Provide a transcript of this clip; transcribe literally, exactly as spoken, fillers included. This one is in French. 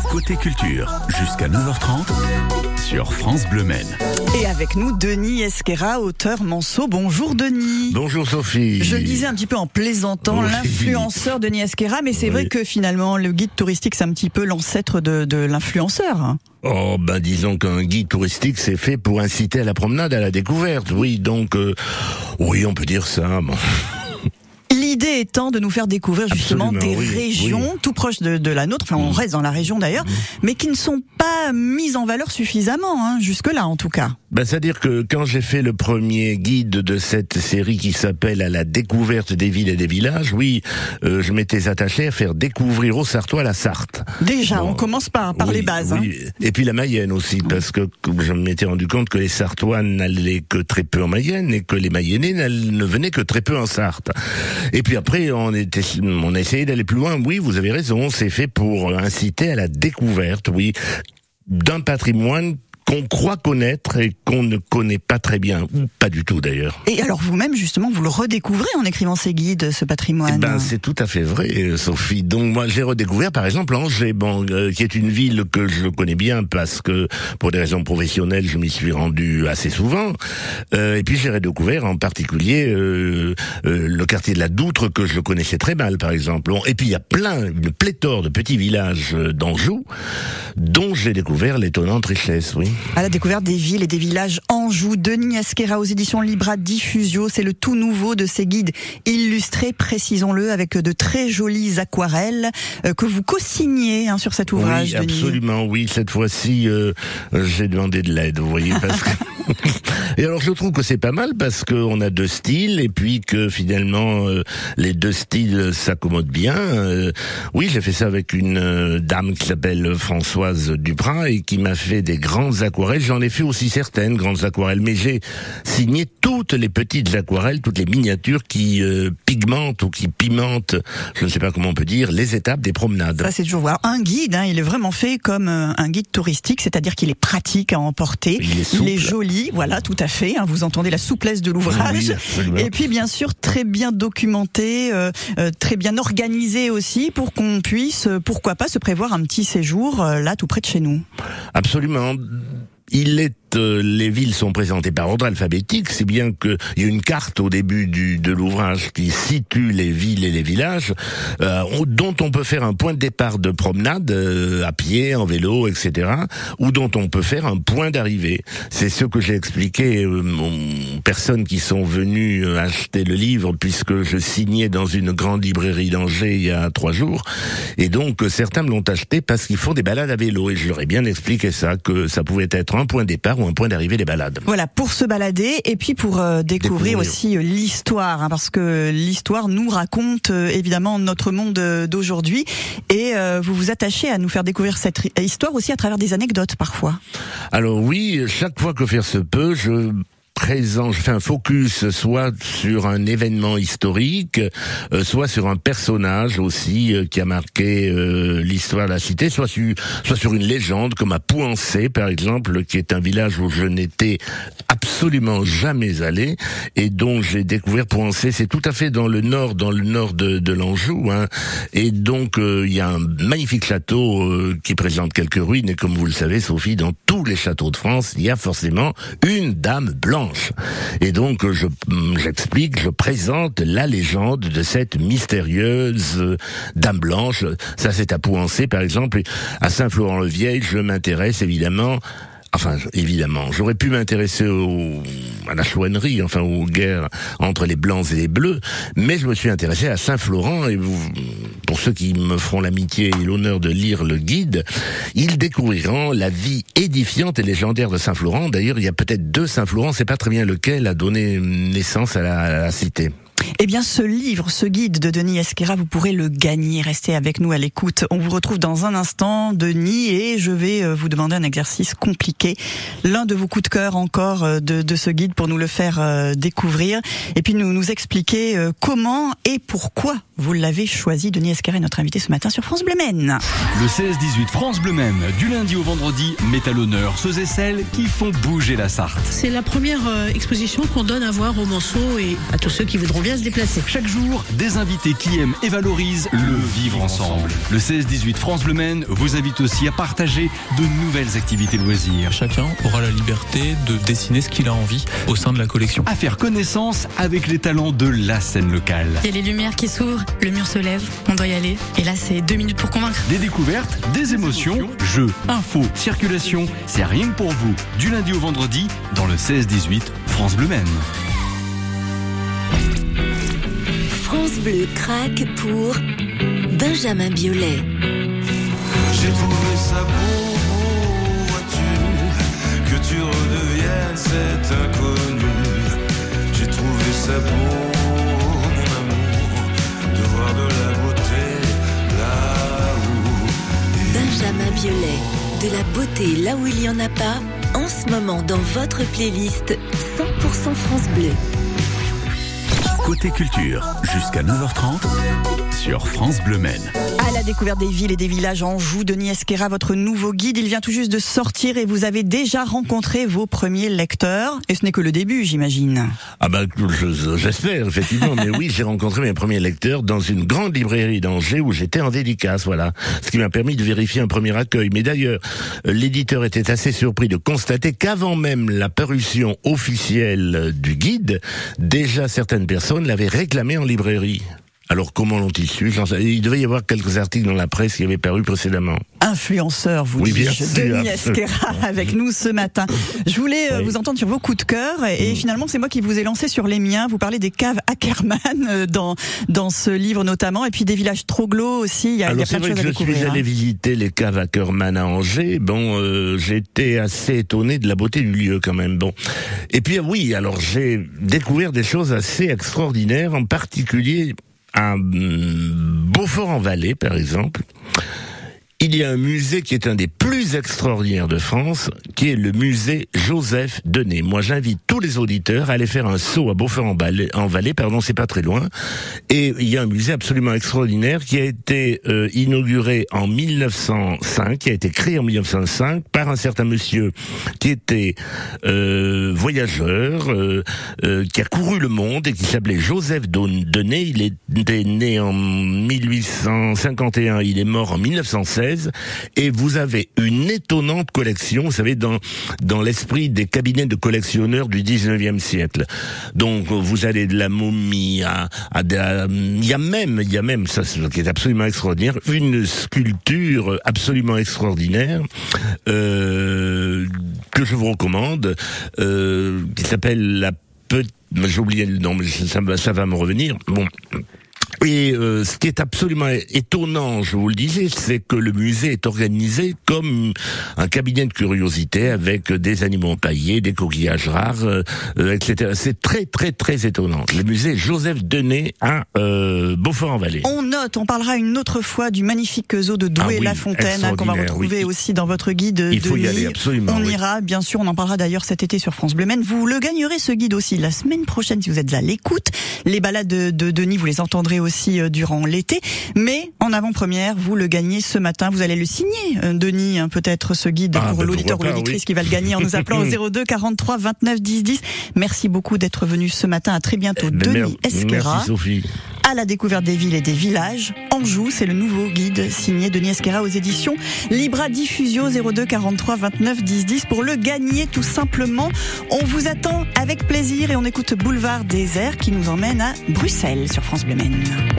Côté culture, jusqu'à neuf heures trente sur France Bleu Maine. Et avec nous, Denis Esquerra, auteur Manceau. Bonjour Denis. Bonjour Sophie. Je le disais un petit peu en plaisantant, oui. L'influenceur Denis Esquerra, mais c'est oui. vrai que finalement, le guide touristique, c'est un petit peu l'ancêtre de, de l'influenceur. Oh, ben disons qu'un guide touristique, c'est fait pour inciter à la promenade, à la découverte. Oui, donc, euh, oui, on peut dire ça. Bon. L'idée étant de nous faire découvrir justement Absolument, des oui, régions oui. tout proches de, de la nôtre, enfin on Mmh. reste dans la région d'ailleurs, mmh. mais qui ne sont pas mises en valeur suffisamment, hein, jusque-là en tout cas. Ben, c'est-à-dire que quand j'ai fait le premier guide de cette série qui s'appelle « À la découverte des villes et des villages », oui, euh, je m'étais attaché à faire découvrir aux Sartois la Sarthe. Déjà, bon, on commence par, par oui, les bases. Oui. Hein. Et puis la Mayenne aussi, parce que je m'étais rendu compte que les Sartois n'allaient que très peu en Mayenne et que les Mayennais ne venaient que très peu en Sarthe. Et puis après, on, était, on a essayé d'aller plus loin. Oui, vous avez raison, c'est fait pour inciter à la découverte, oui, d'un patrimoine qu'on croit connaître et qu'on ne connaît pas très bien, ou pas du tout d'ailleurs. Et alors vous-même, justement, vous le redécouvrez en écrivant ces guides, ce patrimoine. Eh ben, c'est tout à fait vrai, Sophie. Donc moi, j'ai redécouvert, par exemple, Angers, bon, euh, qui est une ville que je connais bien parce que, pour des raisons professionnelles, je m'y suis rendu assez souvent. Euh, et puis j'ai redécouvert, en particulier, euh, euh, le quartier de la Doutre que je connaissais très mal, par exemple. Et puis il y a plein, une pléthore de petits villages d'Anjou, dont j'ai découvert l'étonnante richesse, oui. À la découverte des villes et des villages Anjou, Denis Esquerra aux éditions Libra Diffusio, c'est le tout nouveau de ces guides illustrés, précisons-le, avec de très jolies aquarelles euh, que vous co-signez hein, sur cet ouvrage, oui, Denis. Absolument, oui. Cette fois-ci, euh, j'ai demandé de l'aide, vous voyez, parce que... Et alors, je trouve que c'est pas mal parce qu'on a deux styles et puis que finalement, euh, les deux styles s'accommodent bien. Euh, oui, j'ai fait ça avec une euh, dame qui s'appelle Françoise Duprat et qui m'a fait des grandes aquarelles. J'en ai fait aussi certaines grandes aquarelles, mais j'ai signé toutes les petites aquarelles, toutes les miniatures qui euh, pigmentent ou qui pimentent, je ne sais pas comment on peut dire, les étapes des promenades. Ça, c'est toujours voir. Un guide, hein, il est vraiment fait comme euh, un guide touristique, c'est-à-dire qu'il est pratique à emporter. Il est souple. Il est joli, voilà, tout à fait. Hein, vous entendez la souplesse de l'ouvrage. Oui, et puis, bien sûr, très bien documenté, euh, euh, très bien organisé aussi, pour qu'on puisse, euh, pourquoi pas, se prévoir un petit séjour euh, là, tout près de chez nous. Absolument. Il est, euh, les villes sont présentées par ordre alphabétique, si bien qu'il y a une carte au début du, de l'ouvrage qui situe les villes et les villages, euh, on, dont on peut faire un point de départ de promenade, euh, à pied, en vélo, et cetera, ou dont on peut faire un point d'arrivée. C'est ce que j'ai expliqué euh, aux personnes qui sont venues acheter le livre, puisque je signais dans une grande librairie d'Angers il y a trois jours, et donc certains me l'ont acheté parce qu'ils font des balades à vélo, et je leur ai bien expliqué ça, que ça pouvait être un point de départ ou un point d'arrivée des balades. Voilà, pour se balader et puis pour euh, découvrir, découvrir aussi euh, l'histoire, hein, parce que l'histoire nous raconte euh, évidemment notre monde euh, d'aujourd'hui et euh, vous vous attachez à nous faire découvrir cette histoire aussi à travers des anecdotes parfois. Alors oui, chaque fois que faire se peut, je... présent, je fais un focus soit sur un événement historique, euh, soit sur un personnage aussi euh, qui a marqué euh, l'histoire de la cité, soit sur, soit sur une légende comme à Pouancé par exemple, qui est un village où je n'étais absolument jamais allé et dont j'ai découvert Pouancé. C'est tout à fait dans le nord, dans le nord de, de l'Anjou, hein, et donc il euh, y a un magnifique château euh, qui présente quelques ruines et comme vous le savez, Sophie, dans tous les châteaux de France, il y a forcément une dame blanche. Et donc, je, j'explique, je présente la légende de cette mystérieuse dame blanche. Ça, c'est à Pouancé, par exemple. À Saint-Florent-le-Vieil, je m'intéresse évidemment... Enfin, évidemment, j'aurais pu m'intéresser au, à la chouannerie, enfin aux guerres entre les blancs et les bleus, mais je me suis intéressé à Saint-Florent, et vous, pour ceux qui me feront l'amitié et l'honneur de lire le guide, ils découvriront la vie édifiante et légendaire de Saint-Florent. D'ailleurs, il y a peut-être deux Saint-Florent, c'est pas très bien lequel a donné naissance à la, à la cité. Eh bien, ce livre, ce guide de Denis Esquerra, vous pourrez le gagner. Restez avec nous à l'écoute. On vous retrouve dans un instant, Denis, et je vais vous demander un exercice compliqué. L'un de vos coups de cœur encore de, de ce guide pour nous le faire découvrir. Et puis nous, nous expliquer comment et pourquoi vous l'avez choisi. Denis Esquerra est notre invité ce matin sur France Bleu Maine. Le seize dix-huit France Bleu Maine, du lundi au vendredi, met à l'honneur ceux et celles qui font bouger la Sarthe. C'est la première euh, exposition qu'on donne à voir aux Manceau et à tous ceux qui voudront bien bien se déplacer. Chaque jour, des invités qui aiment et valorisent le vivre ensemble. Le seize dix-huit France Bleu Maine vous invite aussi à partager de nouvelles activités loisirs. Chacun aura la liberté de dessiner ce qu'il a envie au sein de la collection. À faire connaissance avec les talents de la scène locale. Il y a les lumières qui s'ouvrent, le mur se lève, on doit y aller. Et là, c'est deux minutes pour convaincre. Des découvertes, des émotions, jeux, infos, circulation, c'est rien que pour vous. Du lundi au vendredi, dans le seize dix-huit France Bleu Maine. France Bleu craque pour Benjamin Biolay. J'ai trouvé ça beau, vois-tu, que tu redeviennes cet inconnu. J'ai trouvé ça beau, mon amour, de voir de la beauté là où. Benjamin Biolay, de la beauté là où il n'y en a pas, en ce moment dans votre playlist cent pour cent France Bleu. Côté culture, jusqu'à neuf heures trente sur France Bleu Maine. À la découverte des villes et des villages en Anjou, Denis Esquera, votre nouveau guide, il vient tout juste de sortir et vous avez déjà rencontré vos premiers lecteurs. Et ce n'est que le début, j'imagine. Ah bah je- j'espère effectivement, mais oui, j'ai rencontré mes premiers lecteurs dans une grande librairie d'Angers où j'étais en dédicace, voilà, ce qui m'a permis de vérifier un premier accueil. Mais d'ailleurs, l'éditeur était assez surpris de constater qu'avant même la parution officielle du guide, déjà certaines personnes l'avaient réclamé en librairie. Alors comment l'ont-ils su? J'en sais- Il devait y avoir quelques articles dans la presse qui avaient paru précédemment. Influenceur, vous Oui, bien dis-je. sûr. Denis Esquera avec nous ce matin. Je voulais euh, Oui. vous entendre sur vos coups de cœur et, et finalement c'est moi qui vous ai lancé sur les miens. Vous parlez des caves Ackermann euh, dans dans ce livre notamment et puis des villages Troglo aussi. Il y a, il y a Alors plein c'est de vrai choses que à je suis découvrir. allé hein. visiter les caves Ackermann à Angers. Bon, euh, j'étais assez étonné de la beauté du lieu quand même. Bon, et puis oui, alors j'ai découvert des choses assez extraordinaires, en particulier à hum, Beaufort-en-Vallée, par exemple. Il y a un musée qui est un des plus extraordinaires de France, qui est le musée Joseph Denet. Moi, j'invite tous les auditeurs à aller faire un saut à Beaufort-en-Vallée, en Vallée, pardon, c'est pas très loin. Et il y a un musée absolument extraordinaire qui a été euh, inauguré en mille neuf cent cinq, qui a été créé en mille neuf cent cinq par un certain monsieur qui était euh, voyageur, euh, euh, qui a couru le monde et qui s'appelait Joseph Denet. Il était né en mille huit cent cinquante et un, il est mort en mille neuf cent seize. Et vous avez une étonnante collection, vous savez, dans dans l'esprit des cabinets de collectionneurs du dix-neuvième siècle. Donc vous allez de la momie à, à, de la- il y a même, il y a même, ça ce qui est absolument extraordinaire, une sculpture absolument extraordinaire euh, que je vous recommande, euh, qui s'appelle la petite, j'ai oublié le nom, mais ça, va- ça va me revenir. Bon. Et euh, ce qui est absolument étonnant, je vous le disais, c'est que le musée est organisé comme un cabinet de curiosité avec des animaux empaillés, des coquillages rares, euh, euh, et cetera. C'est très très très étonnant. Le musée Joseph Denet à euh, Beaufort-en-Vallée. On note, on parlera une autre fois du magnifique zoo de Ah oui, Douai-la-Fontaine hein, qu'on va extraordinaire, retrouver oui. aussi dans votre guide. Il faut y Denis. aller, absolument, On oui. ira, bien sûr, on en parlera d'ailleurs cet été sur France Bleu Maine. Vous le gagnerez ce guide aussi la semaine prochaine si vous êtes à l'écoute. Les balades de, de Denis, vous les entendrez aussi euh, durant l'été. Mais en avant-première, vous le gagnez ce matin. Vous allez le signer, euh, Denis, hein, peut-être ce guide Ah, pour ben, l'auditeur ou pourquoi pas, l'auditrice oui. qui va le gagner en nous appelant au zéro deux quarante-trois vingt-neuf dix dix. Merci beaucoup d'être venu ce matin. À très bientôt, Ben, Denis mer- Esquera. Merci Sophie. À la découverte des villes et des villages. Anjou, c'est le nouveau guide signé Denis Esquera aux éditions Libra Diffusio zéro deux quarante-trois vingt-neuf dix dix pour le gagner tout simplement. On vous attend avec plaisir et on écoute Boulevard Désert qui nous emmène à Bruxelles sur France Bleu Maine.